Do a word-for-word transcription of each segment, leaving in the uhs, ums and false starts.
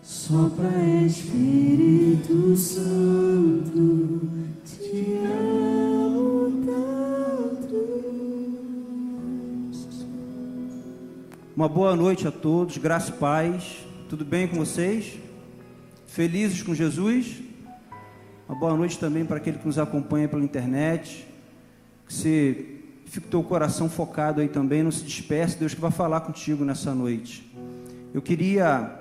Sopra Espírito Santo, te amo tanto. Uma boa noite a todos, graça e paz. Tudo bem com vocês? Felizes com Jesus? Uma boa noite também para aquele que nos acompanha pela internet. Que você fique o teu coração focado aí também, não se disperse. Deus que vai falar contigo nessa noite. Eu queria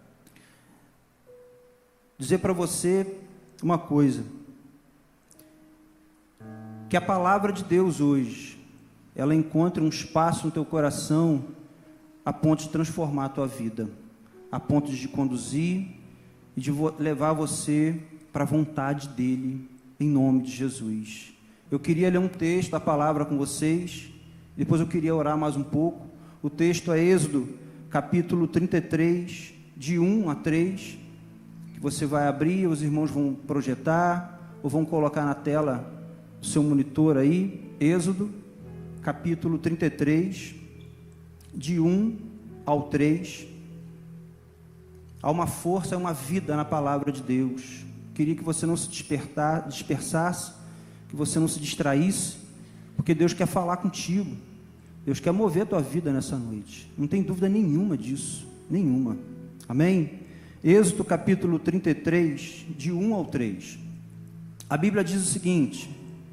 dizer para você uma coisa, que a palavra de Deus hoje, ela encontre um espaço no teu coração a ponto de transformar a tua vida, a ponto de te conduzir e de levar você para a vontade dele, em nome de Jesus. Eu queria ler um texto da palavra com vocês, depois eu queria orar mais um pouco. O texto é Êxodo, capítulo trinta e três, de um a três, que você vai abrir, os irmãos vão projetar, ou vão colocar na tela o seu monitor aí. Êxodo, capítulo trinta e três, de um ao três. Há uma força, uma vida na palavra de Deus. Queria que você não se despertar, dispersasse, que você não se distraísse, porque Deus quer falar contigo. Deus quer mover a tua vida nessa noite. Não tem dúvida nenhuma disso, nenhuma. Amém? Êxodo capítulo trinta e três, de um ao três. A Bíblia diz o seguinte: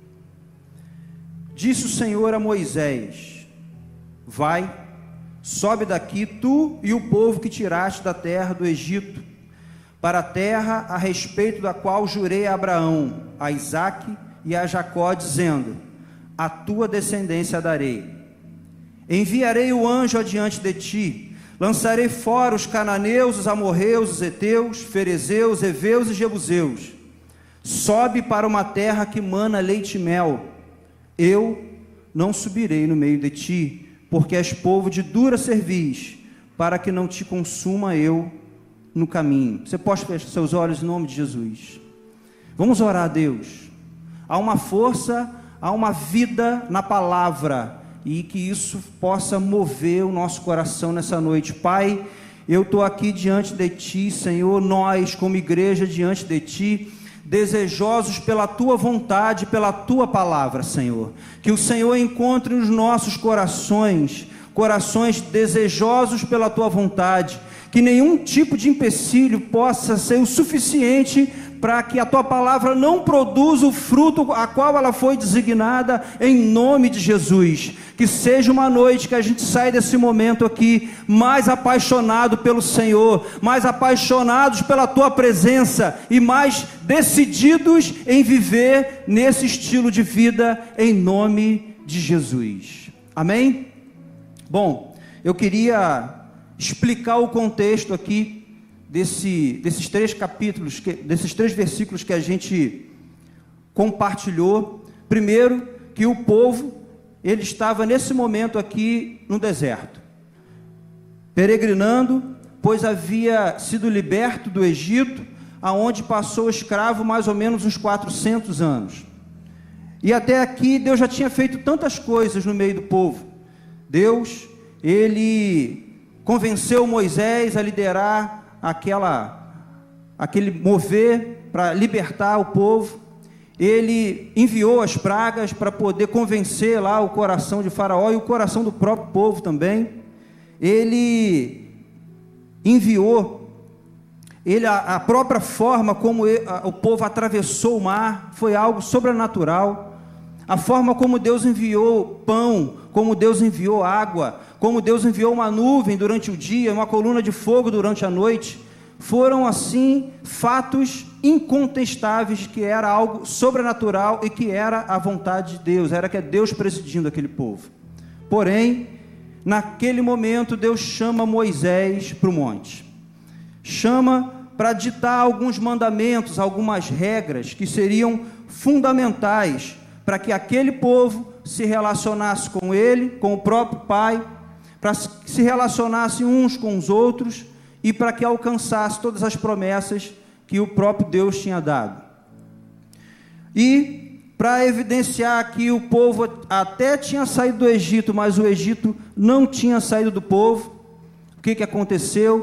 disse o Senhor a Moisés: vai, sobe daqui tu e o povo que tiraste da terra do Egito, para a terra a respeito da qual jurei a Abraão, a Isaque e a Jacó, dizendo: a tua descendência darei. Enviarei o anjo adiante de ti, lançarei fora os cananeus, os amorreus, os heteus, ferezeus, heveus e jebuseus. Sobe para uma terra que mana leite e mel. Eu não subirei no meio de ti, porque és povo de dura cerviz, para que não te consuma eu no caminho. Você pode fechar seus olhos em nome de Jesus. Vamos orar a Deus. Há uma força, há uma vida na palavra, e que isso possa mover o nosso coração nessa noite. Pai, eu estou aqui diante de Ti, Senhor, nós como igreja diante de Ti, desejosos pela Tua vontade, pela Tua palavra, Senhor. Que o Senhor encontre nos nossos corações, corações desejosos pela Tua vontade, que nenhum tipo de empecilho possa ser o suficiente para que a Tua palavra não produza o fruto a qual ela foi designada, em nome de Jesus. Que seja uma noite que a gente saia desse momento aqui mais apaixonado pelo Senhor, mais apaixonados pela Tua presença e mais decididos em viver nesse estilo de vida, em nome de Jesus. Amém? Bom, eu queria explicar o contexto aqui Desse, desses três capítulos, que, desses três versículos que a gente compartilhou. Primeiro, que o povo, ele estava nesse momento aqui no deserto, peregrinando, pois havia sido liberto do Egito, aonde passou escravo mais ou menos uns quatrocentos anos. E até aqui Deus já tinha feito tantas coisas no meio do povo. Deus, ele convenceu Moisés a liderar aquela, aquele mover para libertar o povo. Ele enviou as pragas para poder convencer lá o coração de Faraó e o coração do próprio povo também. Ele enviou, ele, a, a própria forma como ele, a, o povo atravessou o mar foi algo sobrenatural. A forma como Deus enviou pão, como Deus enviou água, como Deus enviou uma nuvem durante o dia, uma coluna de fogo durante a noite, foram assim fatos incontestáveis que era algo sobrenatural e que era a vontade de Deus, era que é Deus presidindo aquele povo. Porém, naquele momento Deus chama Moisés para o monte, chama para ditar alguns mandamentos, algumas regras que seriam fundamentais para que aquele povo se relacionasse com ele, com o próprio Pai, para que se relacionasse uns com os outros e para que alcançasse todas as promessas que o próprio Deus tinha dado. E para evidenciar que o povo até tinha saído do Egito, mas o Egito não tinha saído do povo, o que que aconteceu?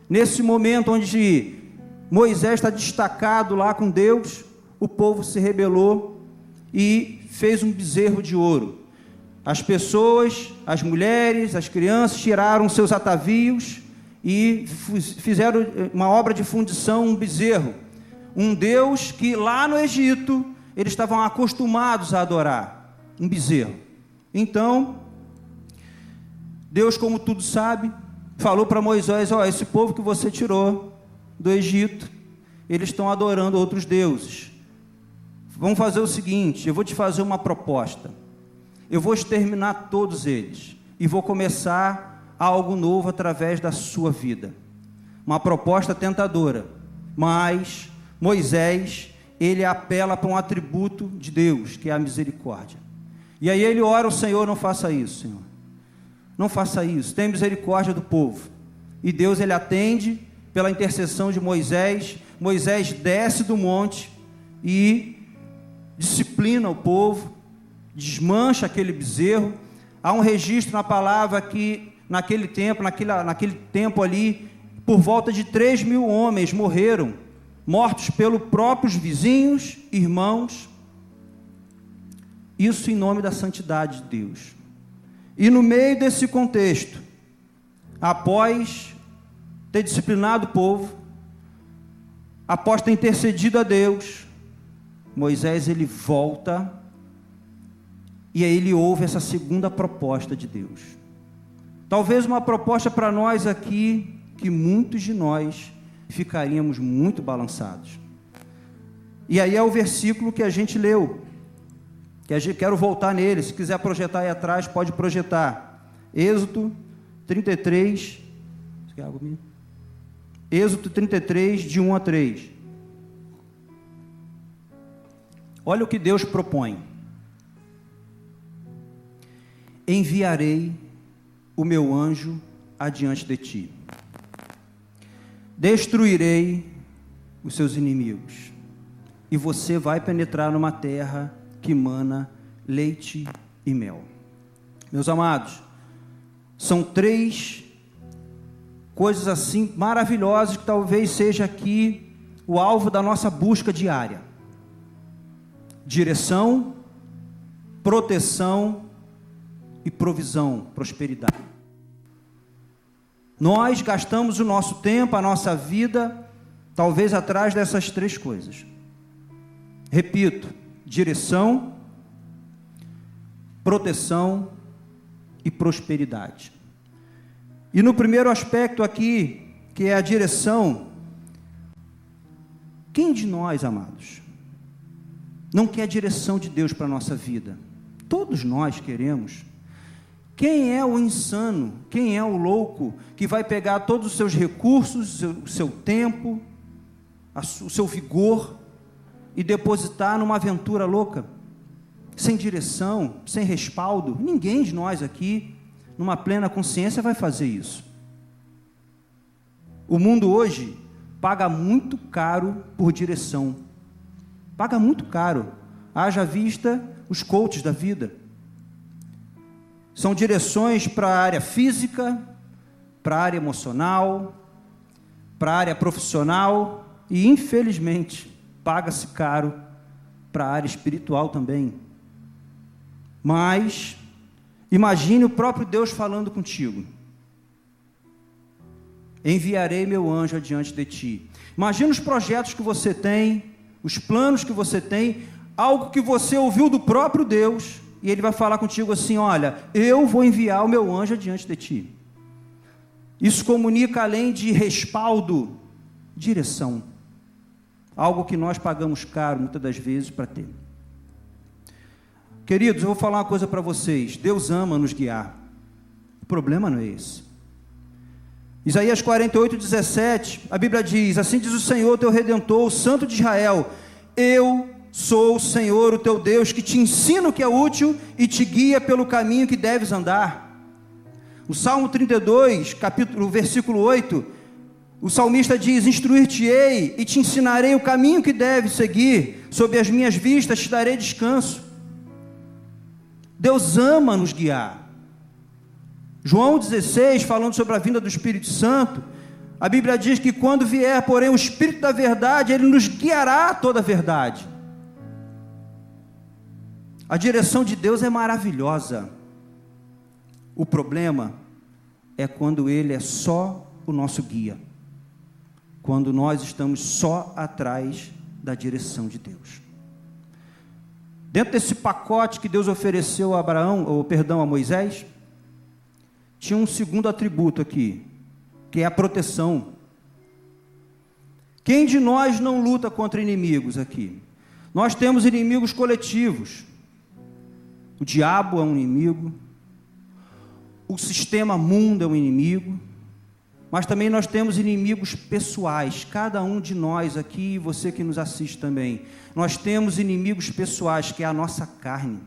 Nesse momento onde Moisés está destacado lá com Deus, o povo se rebelou e fez um bezerro de ouro. As pessoas, as mulheres, as crianças tiraram seus atavios e fizeram uma obra de fundição, um bezerro, um Deus que lá no Egito eles estavam acostumados a adorar, um bezerro. Então Deus, como tudo sabe, falou para Moisés: ó, esse povo que você tirou do Egito, eles estão adorando outros deuses. Vamos fazer o seguinte, eu vou te fazer uma proposta. Eu vou exterminar todos eles e vou começar algo novo através da sua vida. Uma proposta tentadora, mas Moisés, ele apela para um atributo de Deus, que é a misericórdia. E aí ele ora ao Senhor: não faça isso, Senhor. Não faça isso, tenha misericórdia do povo. E Deus, ele atende pela intercessão de Moisés. Moisés desce do monte e disciplina o povo, desmancha aquele bezerro. Há um registro na palavra que naquele tempo, naquele, naquele tempo ali, por volta de três mil homens morreram, mortos pelos próprios vizinhos, irmãos. Isso em nome da santidade de Deus. E no meio desse contexto, após ter disciplinado o povo, após ter intercedido a Deus, Moisés, ele volta e aí ele ouve essa segunda proposta de Deus. Talvez uma proposta para nós aqui, que muitos de nós ficaríamos muito balançados. E aí é o versículo que a gente leu, que a gente, quero voltar nele. Se quiser projetar aí atrás, pode projetar. Êxodo trinta e três, Êxodo trinta e três, de um a três. Olha o que Deus propõe: enviarei o meu anjo adiante de ti, destruirei os seus inimigos, e você vai penetrar numa terra que mana leite e mel. Meus amados, são três coisas assim maravilhosas que talvez seja aqui o alvo da nossa busca diária: direção, proteção e provisão, prosperidade. Nós gastamos o nosso tempo, a nossa vida, talvez atrás dessas três coisas. Repito: direção, proteção e prosperidade. E no primeiro aspecto aqui, que é a direção, quem de nós, amados, não quer a direção de Deus para a nossa vida? Todos nós queremos. Quem é o insano, quem é o louco, que vai pegar todos os seus recursos, o seu, o seu tempo, a, o seu vigor, e depositar numa aventura louca, sem direção, sem respaldo? Ninguém de nós aqui, numa plena consciência, vai fazer isso. O mundo hoje paga muito caro por direção, paga muito caro. Haja vista os coaches da vida. São direções para a área física, para a área emocional, para a área profissional, e infelizmente paga-se caro para a área espiritual também. Mas imagine o próprio Deus falando contigo: enviarei meu anjo adiante de ti. Imagina os projetos que você tem, os planos que você tem, algo que você ouviu do próprio Deus, e ele vai falar contigo assim: olha, eu vou enviar o meu anjo adiante de ti. Isso comunica, além de respaldo, direção, algo que nós pagamos caro muitas das vezes para ter. Queridos, eu vou falar uma coisa para vocês: Deus ama nos guiar, o problema não é esse. Isaías quarenta e oito, dezessete, a Bíblia diz: assim diz o Senhor teu Redentor, o Santo de Israel: eu sou o Senhor, o teu Deus, que te ensina o que é útil e te guia pelo caminho que deves andar. O Salmo trinta e dois, capítulo, versículo oito, o salmista diz: instruir-te-ei e te ensinarei o caminho que deves seguir, sob as minhas vistas te darei descanso. Deus ama nos guiar. João dezesseis, falando sobre a vinda do Espírito Santo, A Bíblia diz que quando vier, porém, o Espírito da verdade, ele nos guiará a toda a verdade. A direção de Deus é maravilhosa. O problema é quando ele é só o nosso guia. Quando nós estamos só atrás da direção de Deus. Dentro desse pacote que Deus ofereceu a Abraão, ou perdão, a Moisés, tinha um segundo atributo aqui, que é a proteção. Quem de nós não luta contra inimigos aqui? Nós temos inimigos coletivos. O diabo é um inimigo, o sistema mundo é um inimigo, mas também nós temos inimigos pessoais. Cada um de nós aqui, e você que nos assiste também, nós temos inimigos pessoais, que é a nossa carne.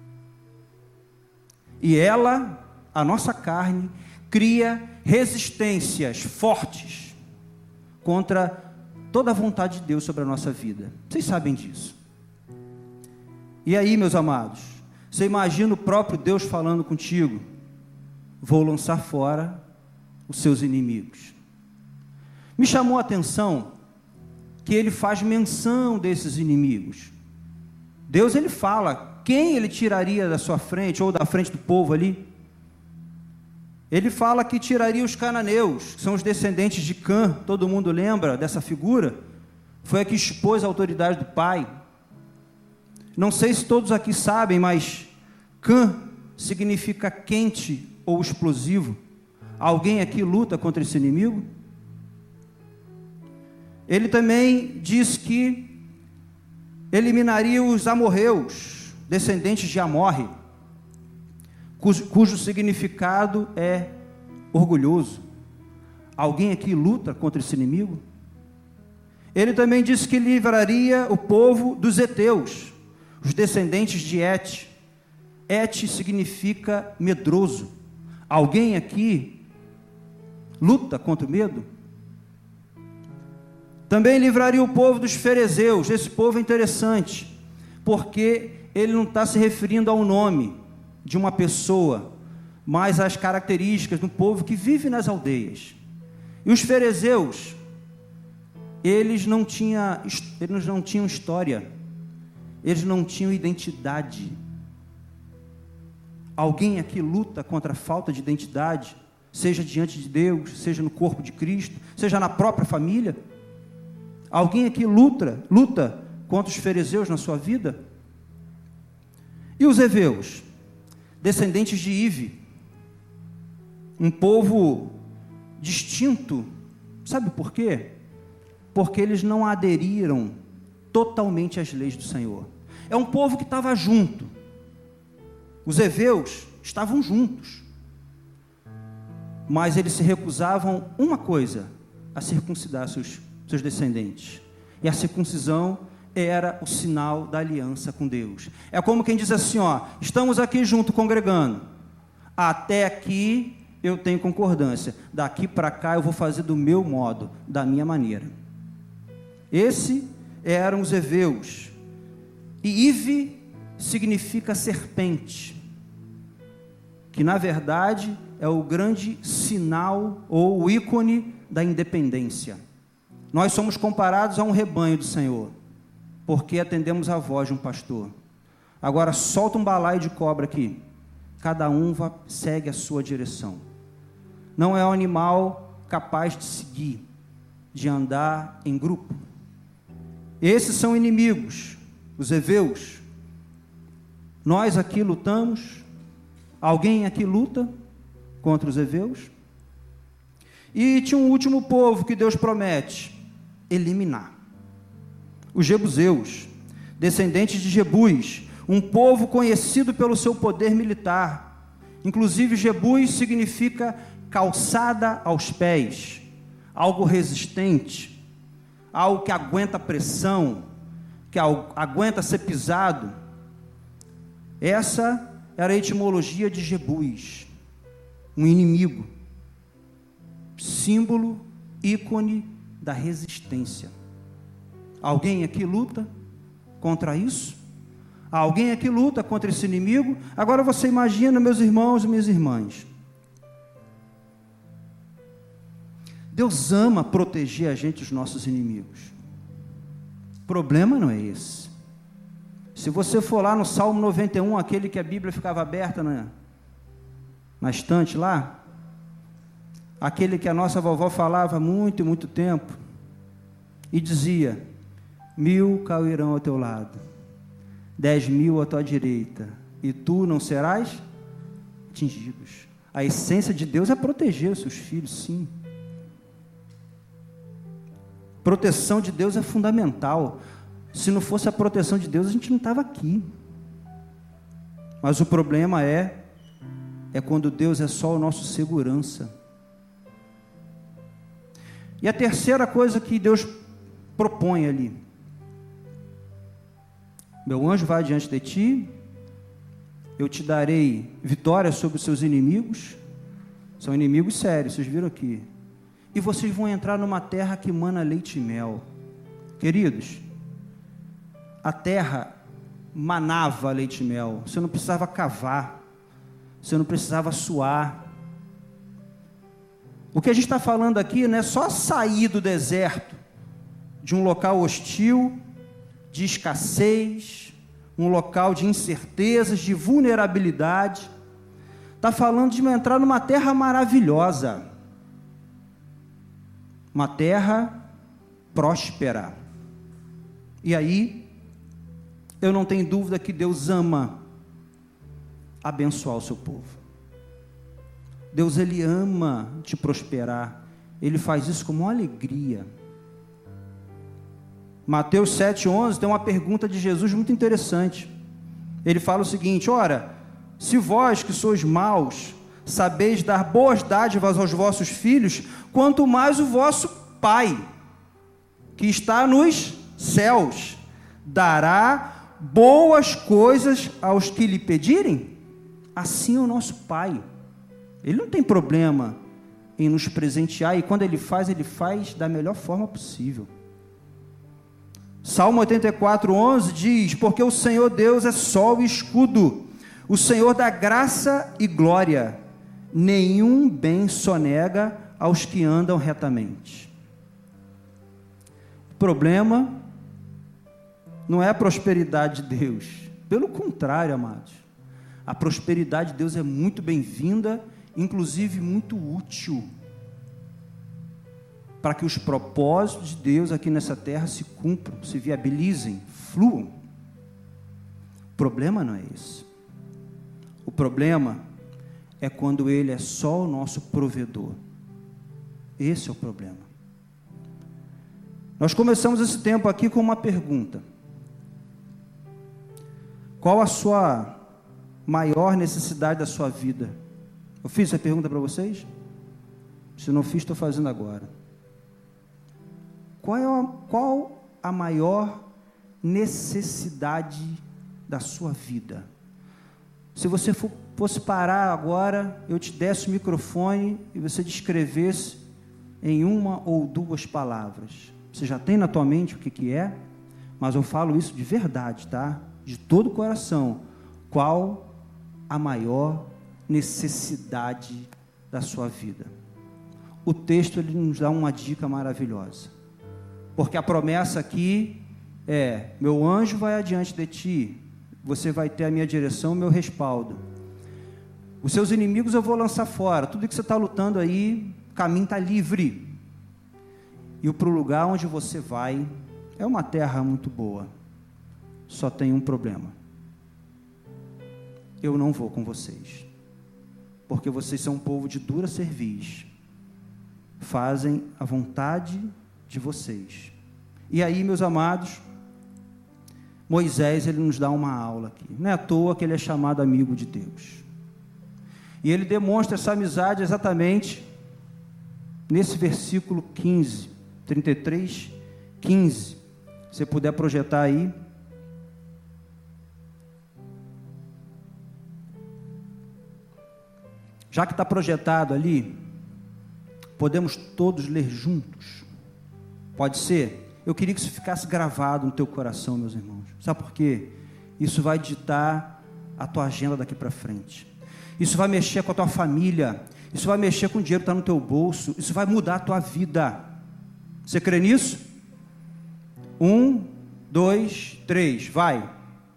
E ela, a nossa carne, cria resistências fortes contra toda a vontade de Deus sobre a nossa vida. Vocês sabem disso. E aí, meus amados, você imagina o próprio Deus falando contigo: vou lançar fora os seus inimigos. Me chamou a atenção que ele faz menção desses inimigos. Deus, ele fala quem ele tiraria da sua frente, ou da frente do povo ali. Ele fala que tiraria os cananeus, que são os descendentes de Cã. Todo mundo lembra dessa figura? Foi a que expôs a autoridade do pai. Não sei se todos aqui sabem, mas Cã significa quente ou explosivo. Alguém aqui luta contra esse inimigo? Ele também diz que eliminaria os amorreus, descendentes de Amorre, cujo, cujo significado é orgulhoso. Alguém aqui luta contra esse inimigo? Ele também disse que livraria o povo dos heteus, os descendentes de Et. Et significa medroso. Alguém aqui luta contra o medo? Também livraria o povo dos ferezeus. Esse povo é interessante, porque ele não está se referindo ao nome de uma pessoa, mas às características do povo que vive nas aldeias. E os ferezeus, eles não tinham, eles não tinham história, eles não tinham identidade. Alguém aqui luta contra a falta de identidade, seja diante de Deus, seja no corpo de Cristo, seja na própria família? Alguém aqui luta, luta contra os fariseus na sua vida? E os heveus, descendentes de Ive, um povo distinto, sabe por quê? Porque eles não aderiram totalmente às leis do Senhor. É um povo que estava junto. Os heveus estavam juntos, mas eles se recusavam uma coisa: a circuncidar seus, seus descendentes. E a circuncisão era o sinal da aliança com Deus. É como quem diz assim, ó: estamos aqui junto congregando, até aqui eu tenho concordância, daqui para cá eu vou fazer do meu modo, da minha maneira. Esse eram os heveus. E Ive significa serpente, que na verdade é o grande sinal ou o ícone da independência. Nós somos comparados a um rebanho do Senhor, porque atendemos a voz de um pastor. Agora solta um balaio de cobra aqui, cada um vai, segue a sua direção. Não é um animal capaz de seguir, de andar em grupo. Esses são inimigos, os heveus. Nós aqui lutamos. Alguém aqui luta contra os heveus? E tinha um último povo que Deus promete eliminar: os jebuseus, descendentes de Jebus, um povo conhecido pelo seu poder militar. Inclusive Jebus significa calçada aos pés, algo resistente, algo que aguenta pressão, que aguenta ser pisado. Essa era a etimologia de Jebus, um inimigo, símbolo, ícone da resistência. Alguém aqui luta contra isso? Alguém aqui luta contra esse inimigo? Agora você imagina, meus irmãos e minhas irmãs, Deus ama proteger a gente dos nossos inimigos. O problema não é esse. Se você for lá no Salmo noventa e um, aquele que a Bíblia ficava aberta na, na estante lá, aquele que a nossa vovó falava há muito e muito tempo, e dizia: mil cairão ao teu lado, dez mil à tua direita, e tu não serás atingidos. A essência de Deus é proteger os seus filhos, sim. Proteção de Deus é fundamental. Se não fosse a proteção de Deus, a gente não estava aqui. Mas o problema é, é quando Deus é só o nosso segurança. E a terceira coisa que Deus propõe ali: meu anjo vai diante de ti, eu te darei vitória sobre os seus inimigos. São inimigos sérios, vocês viram aqui. E vocês vão entrar numa terra que mana leite e mel. Queridos, a terra manava leite e mel. Você não precisava cavar, você não precisava suar. O que a gente está falando aqui não é só sair do deserto, de um local hostil, de escassez, um local de incertezas, de vulnerabilidade. Está falando de entrar numa terra maravilhosa, uma terra próspera. E aí, eu não tenho dúvida que Deus ama abençoar o seu povo. Deus, Ele ama te prosperar. Ele faz isso com uma alegria. Mateus sete, onze tem uma pergunta de Jesus muito interessante. Ele fala o seguinte: ora, se vós que sois maus, sabeis dar boas dádivas aos vossos filhos, quanto mais o vosso Pai, que está nos céus, dará boas coisas aos que lhe pedirem? Assim é o nosso Pai. Ele não tem problema em nos presentear, e quando Ele faz, Ele faz da melhor forma possível. Salmo oitenta e quatro, onze diz: porque o Senhor Deus é sol e escudo, o Senhor dá graça e glória, nenhum bem sonega aos que andam retamente. O problema não é a prosperidade de Deus, pelo contrário, amados, a prosperidade de Deus é muito bem-vinda, inclusive muito útil, para que os propósitos de Deus aqui nessa terra se cumpram, se viabilizem, fluam. O problema não é esse. O problema é quando Ele é só o nosso provedor. Esse é o problema. Nós começamos esse tempo aqui com uma pergunta: qual a sua maior necessidade da sua vida? Eu fiz essa pergunta para vocês? Se não fiz, estou fazendo agora. Qual é a, qual a maior necessidade da sua vida? Se você for, fosse parar agora, eu te desse o microfone e você descrevesse em uma ou duas palavras. Você já tem na tua mente o que, que é, mas eu falo isso de verdade, tá? De todo o coração. Qual a maior necessidade da sua vida? O texto, ele nos dá uma dica maravilhosa, porque a promessa aqui é: meu anjo vai adiante de ti, você vai ter a minha direção, o meu respaldo. Os seus inimigos eu vou lançar fora, tudo que você está lutando aí, o caminho está livre. E para o lugar onde você vai, é uma terra muito boa, só tem um problema: eu não vou com vocês, porque vocês são um povo de dura cerviz, fazem a vontade de vocês. E aí, meus amados, Moisés, ele nos dá uma aula aqui. Não é à toa que ele é chamado amigo de Deus. E ele demonstra essa amizade exatamente nesse versículo quinze, trinta e três, quinze. Se você puder projetar aí. Já que está projetado ali, podemos todos ler juntos? Pode ser? Eu queria que isso ficasse gravado no teu coração, meus irmãos. Sabe por quê? Isso vai ditar a tua agenda daqui para frente. Isso vai mexer com a tua família. Isso vai mexer com o dinheiro que está no teu bolso. Isso vai mudar a tua vida. Você crê nisso? Um, dois, três, vai.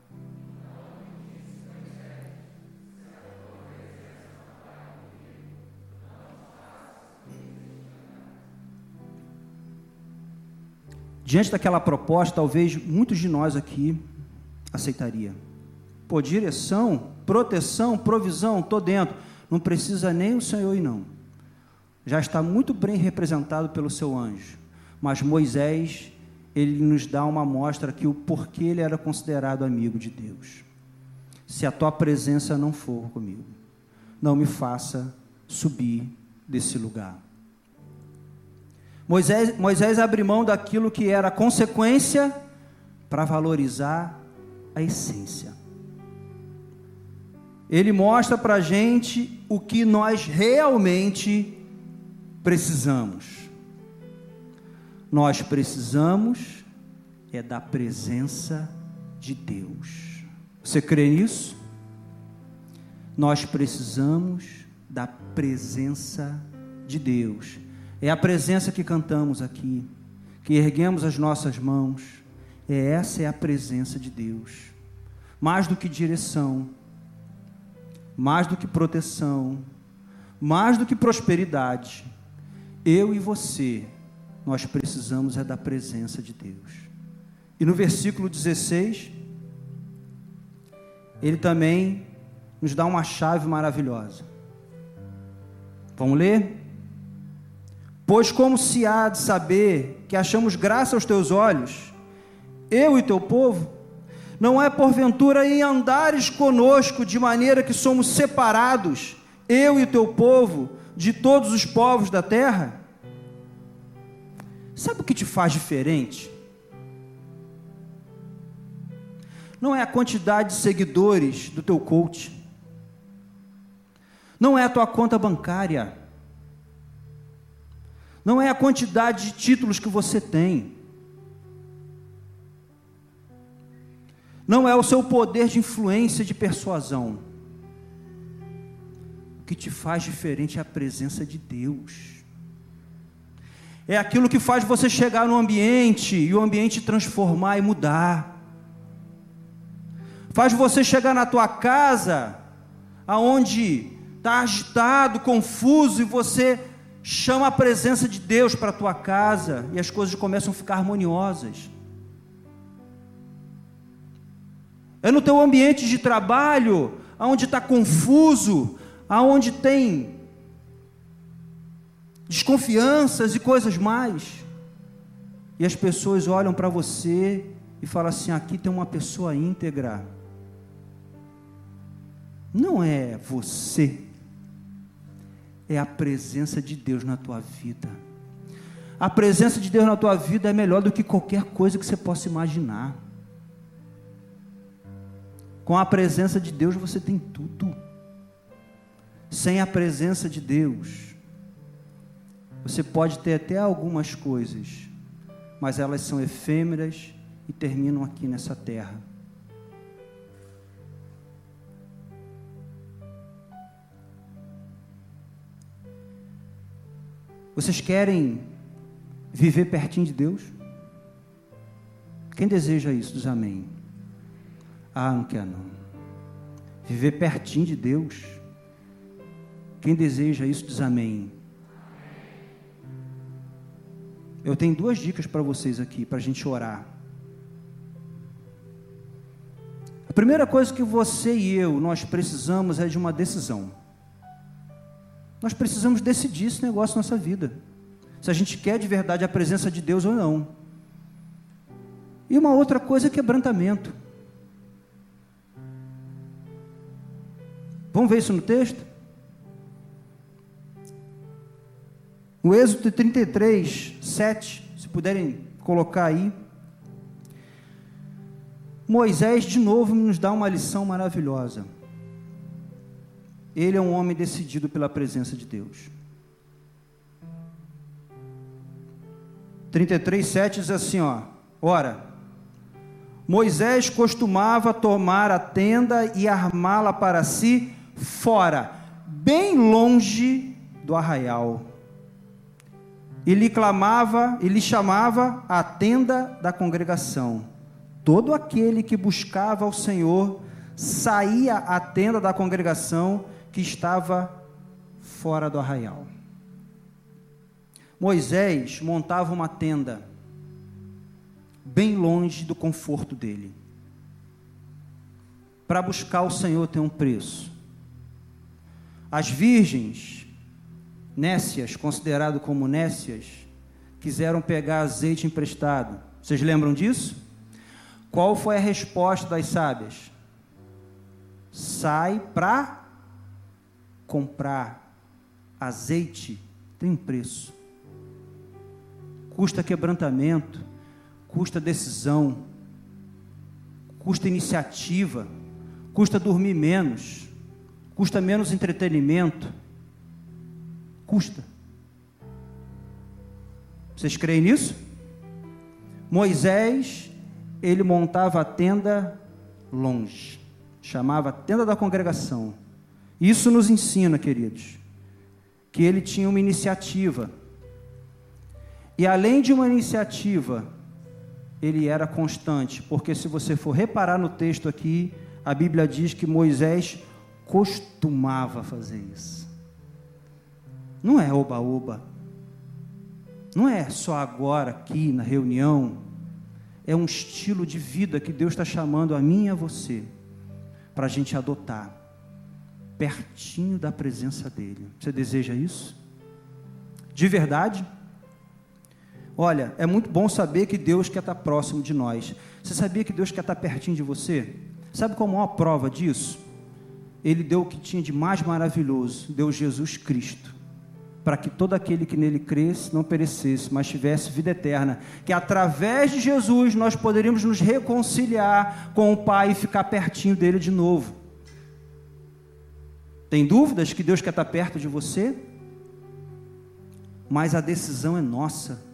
Diante daquela proposta, talvez muitos de nós aqui aceitaria. Pô, direção, proteção, provisão, estou dentro. Não precisa nem o Senhor ir, não. Já está muito bem representado pelo seu anjo. Mas Moisés, ele nos dá uma amostra aqui o porquê ele era considerado amigo de Deus. Se a tua presença não for comigo, não me faça subir desse lugar. Moisés, Moisés abre mão daquilo que era consequência para valorizar a essência. Ele mostra para a gente o que nós realmente precisamos. Nós precisamos é da presença de Deus. Você crê nisso? Nós precisamos da presença de Deus. É a presença que cantamos aqui, que erguemos as nossas mãos. É essa é a presença de Deus. Mais do que direção, mais do que proteção, mais do que prosperidade, eu e você, nós precisamos é da presença de Deus. E no versículo dezesseis, ele também nos dá uma chave maravilhosa. Vamos ler? Pois como se há de saber que achamos graça aos teus olhos, eu e teu povo, não é porventura em andares conosco de maneira que somos separados, eu e teu povo, de todos os povos da terra? Sabe o que te faz diferente? Não é a quantidade de seguidores do teu coach, não é a tua conta bancária, não é a quantidade de títulos que você tem, não é o seu poder de influência, de persuasão. O que te faz diferente é a presença de Deus. É aquilo que faz você chegar no ambiente e o ambiente transformar e mudar. Faz você chegar na tua casa, aonde está agitado, confuso, e você chama a presença de Deus para a tua casa e as coisas começam a ficar harmoniosas. É no teu ambiente de trabalho, aonde está confuso, aonde tem desconfianças e coisas mais, e as pessoas olham para você e falam assim: aqui tem uma pessoa íntegra. Não é você, é a presença de Deus na tua vida. A presença de Deus na tua vida é melhor do que qualquer coisa que você possa imaginar. Com a presença de Deus você tem tudo. Sem a presença de Deus, você pode ter até algumas coisas, mas elas são efêmeras e terminam aqui nessa terra. Vocês querem viver pertinho de Deus? Quem deseja isso, diz amém. Ah, não quer não. Viver pertinho de Deus. Quem deseja isso, diz amém. Eu tenho duas dicas para vocês aqui, para a gente orar. A primeira coisa que você e eu, nós precisamos é de uma decisão. Nós precisamos decidir esse negócio na nossa vida, se a gente quer de verdade a presença de Deus ou não. E uma outra coisa é quebrantamento. Vamos ver isso no texto? O Êxodo trinta e três, sete, se puderem colocar aí. Moisés de novo nos dá uma lição maravilhosa. Ele é um homem decidido pela presença de Deus. trinta e três, sete diz assim, ó: ora, Moisés costumava tomar a tenda e armá-la para si fora, bem longe do arraial. E lhe clamava, e lhe chamava a tenda da congregação. Todo aquele que buscava ao Senhor saía à tenda da congregação que estava fora do arraial. Moisés montava uma tenda bem longe do conforto dele. Para buscar o Senhor tem um preço. As virgens nécias, considerado como nécias, quiseram pegar azeite emprestado. Vocês lembram disso? Qual foi a resposta das sábias? Sai para comprar. Azeite tem um preço. Custa quebrantamento, custa decisão, custa iniciativa, custa dormir menos, custa menos entretenimento, custa. Vocês creem nisso? Moisés, ele montava a tenda longe, chamava a tenda da congregação. Isso nos ensina, queridos, que ele tinha uma iniciativa. E além de uma iniciativa, ele era constante, porque se você for reparar no texto aqui, a Bíblia diz que Moisés costumava fazer isso. Não é oba-oba, não é só agora aqui na reunião, é um estilo de vida que Deus está chamando a mim e a você, para a gente adotar, pertinho da presença dEle. Você deseja isso? De verdade? Olha, é muito bom saber que Deus quer estar próximo de nós. Você sabia que Deus quer estar pertinho de você? Sabe qual é a maior prova disso? Ele deu o que tinha de mais maravilhoso, deu Jesus Cristo, para que todo aquele que nele cresce não perecesse, mas tivesse vida eterna, que através de Jesus nós poderíamos nos reconciliar com o Pai e ficar pertinho dele de novo. Tem dúvidas que Deus quer estar perto de você? Mas a decisão é nossa.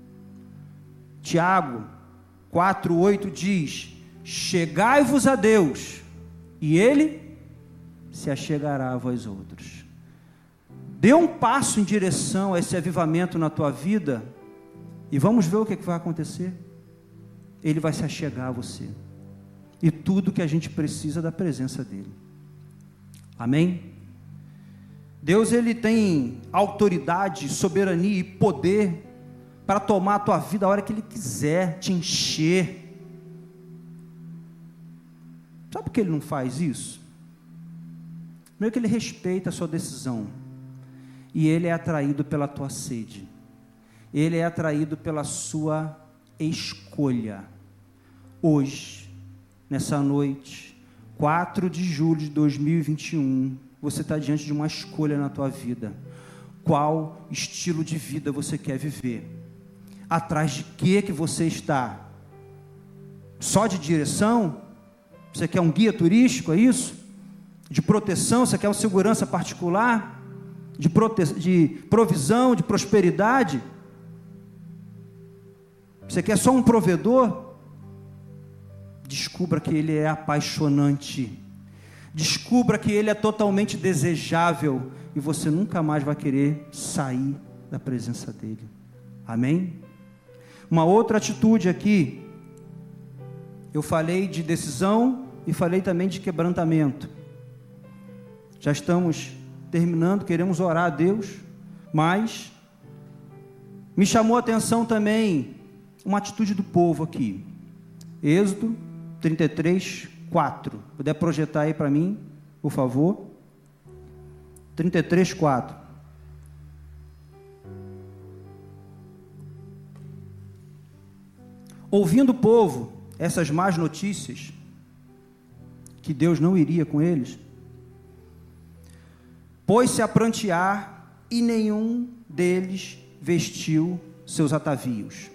Tiago quatro, oito diz: chegai-vos a Deus, e Ele se achegará a vós outros. Dê um passo em direção a esse avivamento na tua vida, e vamos ver o que, que vai acontecer. Ele vai se achegar a você, e tudo que a gente precisa da presença dEle. Amém? Deus, Ele tem autoridade, soberania e poder para tomar a tua vida a hora que Ele quiser, te encher. Sabe por que Ele não faz isso? Primeiro que Ele respeita a sua decisão, e Ele é atraído pela tua sede, Ele é atraído pela sua escolha. Hoje, nessa noite, quatro de julho de dois mil e vinte e um, você está diante de uma escolha na tua vida. Qual estilo de vida você quer viver? Atrás de que que você está? Só de direção? Você quer um guia turístico, é isso? De proteção? Você quer uma segurança particular? De, prote... de provisão, de prosperidade? Você quer só um provedor? Descubra que Ele é apaixonante. Descubra que Ele é totalmente desejável, e você nunca mais vai querer sair da presença dEle. Amém? Uma outra atitude aqui, eu falei de decisão e falei também de quebrantamento. Já estamos terminando, queremos orar a Deus, mas me chamou a atenção também uma atitude do povo aqui. Êxodo trinta e três, quatro. Puder projetar aí para mim, por favor. trinta e três, quatro. Ouvindo o povo essas más notícias, que Deus não iria com eles, pôs-se a prantear, e nenhum deles vestiu seus atavios.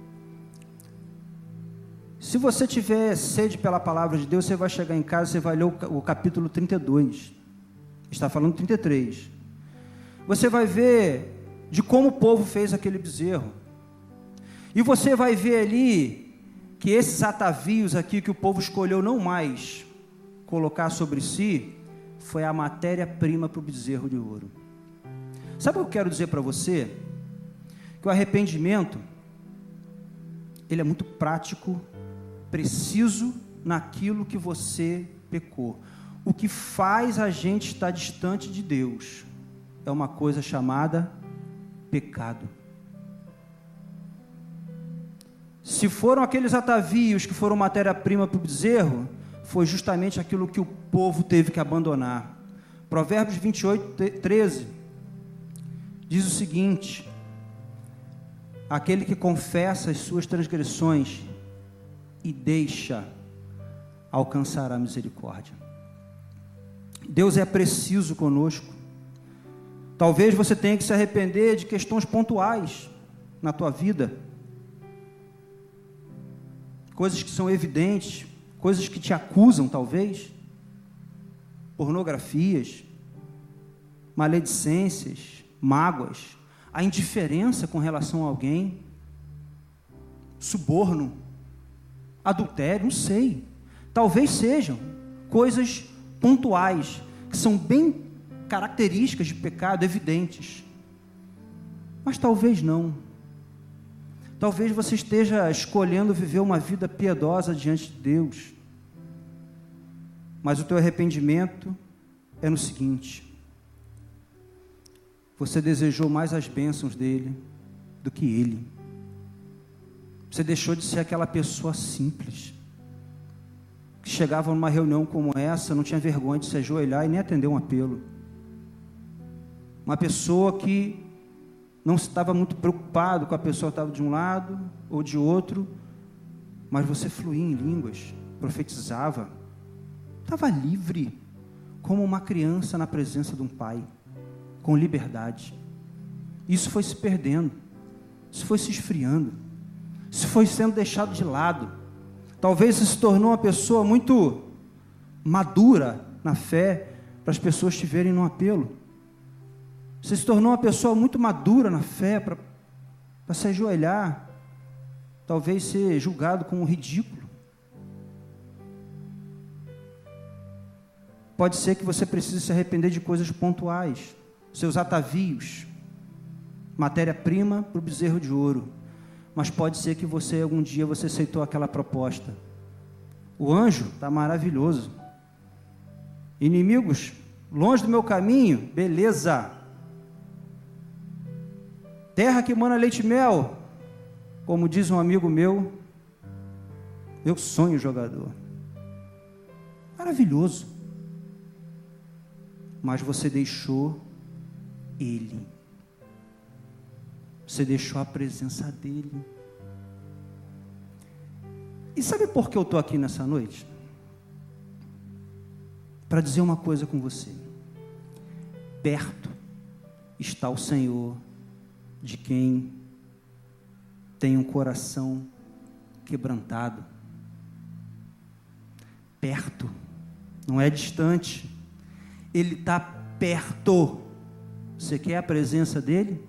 Se você tiver sede pela palavra de Deus, você vai chegar em casa, você vai ler o, o capítulo trinta e dois, está falando trinta e três, você vai ver de como o povo fez aquele bezerro, e você vai ver ali, que esses atavios aqui, que o povo escolheu não mais colocar sobre si, foi a matéria-prima para o bezerro de ouro. Sabe o que eu quero dizer para você? Que o arrependimento, ele é muito prático, preciso naquilo que você pecou. O que faz a gente estar distante de Deus é uma coisa chamada pecado. Se foram aqueles atavios que foram matéria-prima para o bezerro, foi justamente aquilo que o povo teve que abandonar. Provérbios vinte e oito, treze diz o seguinte: aquele que confessa as suas transgressões e deixa, alcançará a misericórdia. Deus é preciso conosco. Talvez você tenha que se arrepender de questões pontuais na tua vida, coisas que são evidentes, coisas que te acusam, talvez, pornografias, maledicências, mágoas, a indiferença com relação a alguém, suborno, adultério, não sei. Talvez sejam coisas pontuais, que são bem características de pecado, evidentes. Mas talvez não. Talvez você esteja escolhendo viver uma vida piedosa diante de Deus. Mas o teu arrependimento é no seguinte: você desejou mais as bênçãos dele do que ele. Você deixou de ser aquela pessoa simples, que chegava numa reunião como essa, não tinha vergonha de se ajoelhar e nem atender um apelo. Uma pessoa que não estava muito preocupado com a pessoa que estava de um lado ou de outro, mas você fluía em línguas, profetizava, estava livre, como uma criança na presença de um pai, com liberdade. Isso foi se perdendo, isso foi se esfriando, isso foi sendo deixado de lado. Talvez você se tornou uma pessoa muito madura na fé, para as pessoas te verem no apelo. Você se tornou uma pessoa muito madura na fé, para, para se ajoelhar, talvez ser julgado como ridículo. Pode ser que você precise se arrepender de coisas pontuais, seus atavios, matéria-prima para o bezerro de ouro. Mas pode ser que você, algum dia, você aceitou aquela proposta. O anjo está maravilhoso. Inimigos, longe do meu caminho, beleza. Terra que emana leite e mel, como diz um amigo meu, meu sonho jogador. Maravilhoso. Mas você deixou ele. Você deixou a presença dele. E sabe por que eu estou aqui nessa noite? Para dizer uma coisa com você. Perto está o Senhor de quem tem um coração quebrantado. Perto, não é distante. Ele está perto. Você quer a presença dele?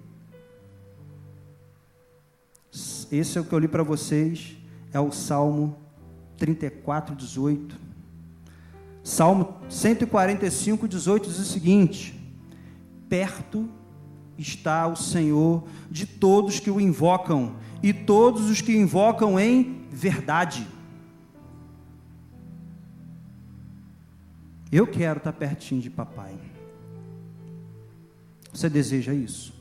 Esse é o que eu li para vocês, é o Salmo trinta e quatro, dezoito. Salmo cento e quarenta e cinco, dezoito diz o seguinte: perto está o Senhor de todos que o invocam, e todos os que o invocam em verdade. Eu quero estar pertinho de papai. Você deseja isso?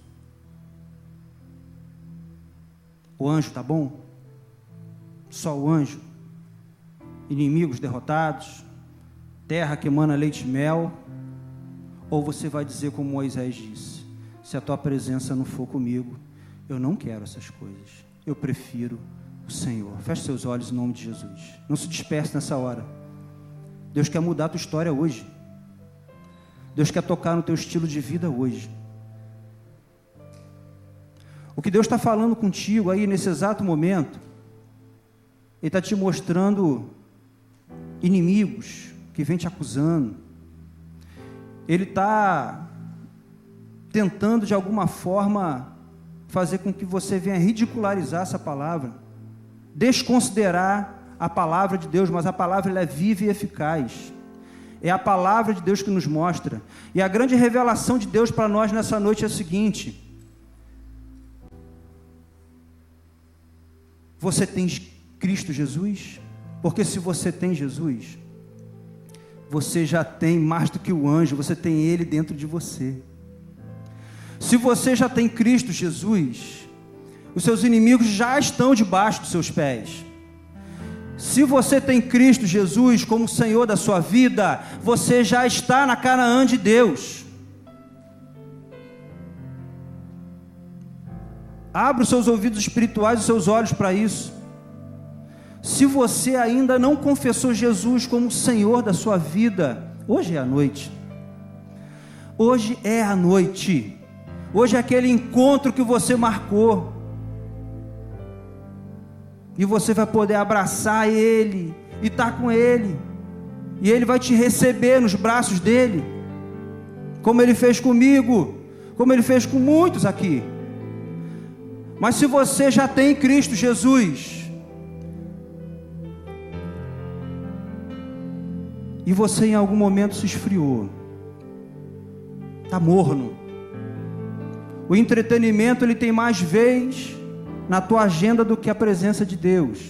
O anjo está bom? Só o anjo? Inimigos derrotados? Terra que emana leite e mel? Ou você vai dizer como Moisés disse: se a tua presença não for comigo, eu não quero essas coisas, eu prefiro o Senhor. Feche seus olhos em nome de Jesus. Não se disperse nessa hora. Deus quer mudar a tua história hoje. Deus quer tocar no teu estilo de vida hoje. O que Deus está falando contigo aí nesse exato momento, Ele está te mostrando inimigos que vêm te acusando. Ele está tentando de alguma forma fazer com que você venha ridicularizar essa palavra, desconsiderar a palavra de Deus, mas a palavra ela é viva e eficaz. É a palavra de Deus que nos mostra. E a grande revelação de Deus para nós nessa noite é a seguinte: você tem Cristo Jesus? Porque se você tem Jesus, você já tem mais do que o anjo, você tem Ele dentro de você. Se você já tem Cristo Jesus, os seus inimigos já estão debaixo dos seus pés. Se você tem Cristo Jesus como Senhor da sua vida, você já está na Canaã de Deus. Abra os seus ouvidos espirituais e os seus olhos para isso. Se você ainda não confessou Jesus como Senhor da sua vida, hoje é a noite. Hoje é a noite. Hoje é aquele encontro que você marcou. E você vai poder abraçar Ele e estar com Ele. E Ele vai te receber nos braços dEle, como Ele fez comigo, como Ele fez com muitos aqui. Mas se você já tem Cristo Jesus, e você em algum momento se esfriou, está morno, o entretenimento ele tem mais vez na tua agenda do que a presença de Deus.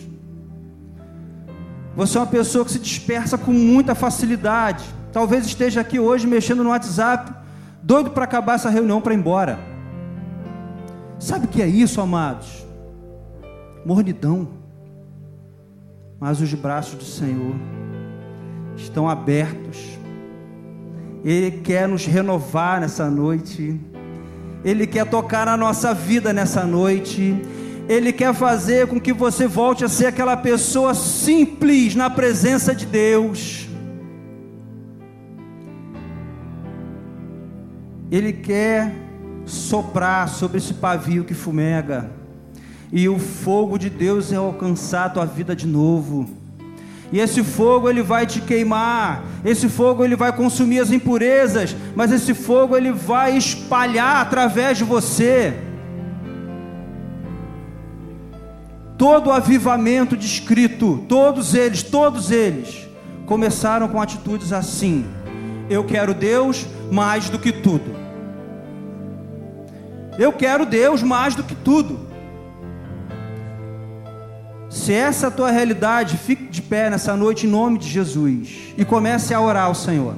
Você é uma pessoa que se dispersa com muita facilidade. Talvez esteja aqui hoje mexendo no WhatsApp, doido para acabar essa reunião para ir embora. Sabe o que é isso, amados? Mornidão. Mas os braços do Senhor estão abertos. Ele quer nos renovar nessa noite. Ele quer tocar na nossa vida nessa noite. Ele quer fazer com que você volte a ser aquela pessoa simples na presença de Deus. Ele quer soprar sobre esse pavio que fumega, e o fogo de Deus é alcançar a tua vida de novo. E esse fogo ele vai te queimar, esse fogo ele vai consumir as impurezas, mas esse fogo ele vai espalhar através de você. Todo o avivamento descrito, todos eles, todos eles, começaram com atitudes assim: eu quero Deus mais do que tudo. Eu quero Deus mais do que tudo. Se essa é a tua realidade, fique de pé nessa noite em nome de Jesus e comece a orar ao Senhor.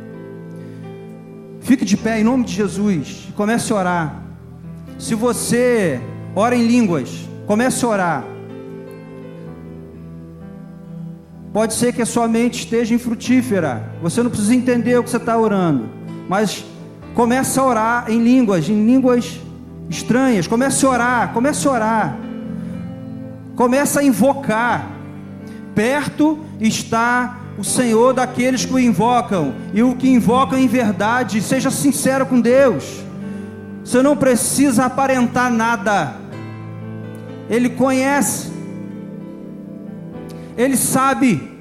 Fique de pé em nome de Jesus e comece a orar. Se você ora em línguas, comece a orar. Pode ser que a sua mente esteja infrutífera, você não precisa entender o que você está orando, mas comece a orar em línguas, em línguas estranhas. Comece a orar, comece a orar. Comece a invocar. Perto está o Senhor daqueles que o invocam, e o que invocam em verdade. Seja sincero com Deus. Você não precisa aparentar nada. Ele conhece, Ele sabe.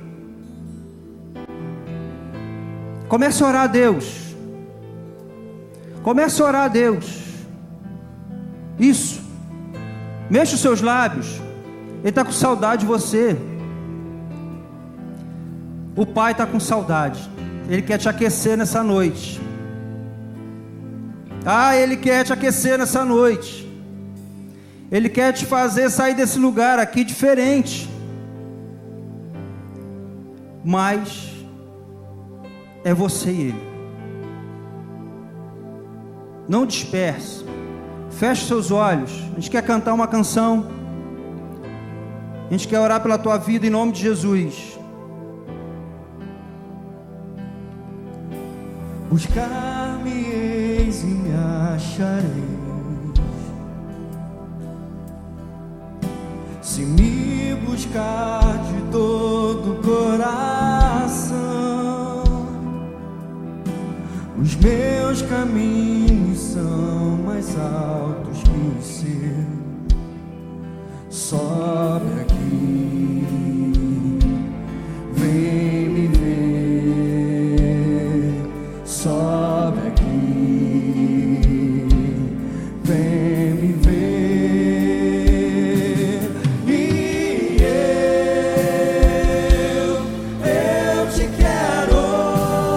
Comece a orar a Deus. Comece a orar a Deus. Isso. Mexa os seus lábios. Ele está com saudade de você. O Pai está com saudade. Ele quer te aquecer nessa noite. Ah, Ele quer te aquecer nessa noite. Ele quer te fazer sair desse lugar aqui diferente. Mas é você e Ele. Não disperse. Feche seus olhos. A gente quer cantar uma canção. A gente quer orar pela tua vida em nome de Jesus. Buscar-me-eis e me achareis, se me buscar de todo o coração. Os meus caminhos são mais altos que os seus. Sobe aqui, vem me ver. Sobe aqui, vem me ver. E eu, eu te quero.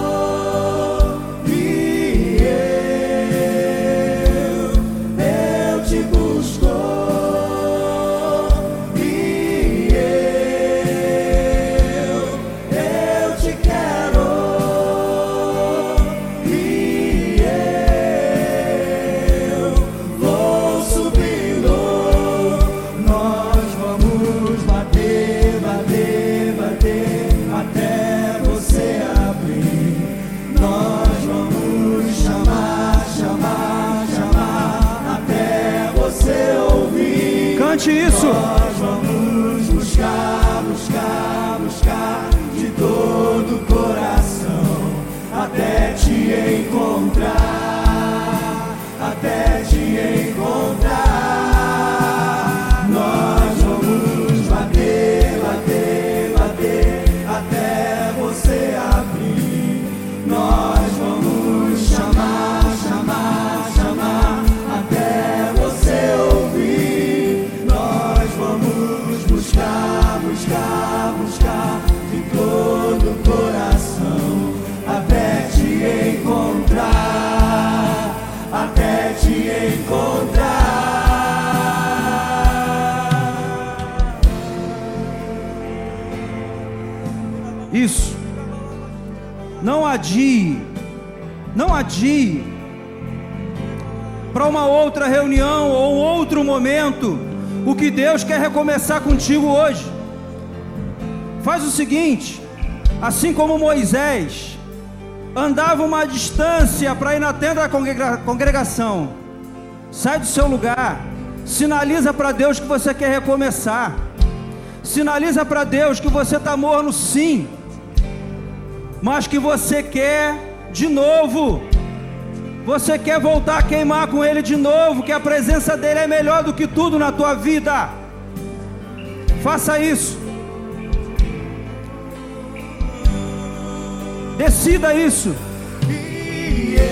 buscar, buscar de todo o coração, até te encontrar, até te encontrar. Isso. Não adie, não adie para uma outra reunião ou um outro momento o que Deus quer recomeçar contigo hoje. Faz o seguinte: assim como Moisés andava uma distância para ir na tenda da congrega- congregação, sai do seu lugar, sinaliza para Deus que você quer recomeçar, sinaliza para Deus que você está morno sim, mas que você quer de novo, você quer voltar a queimar com Ele de novo, que a presença dEle é melhor do que tudo na tua vida. Faça isso, decida isso. E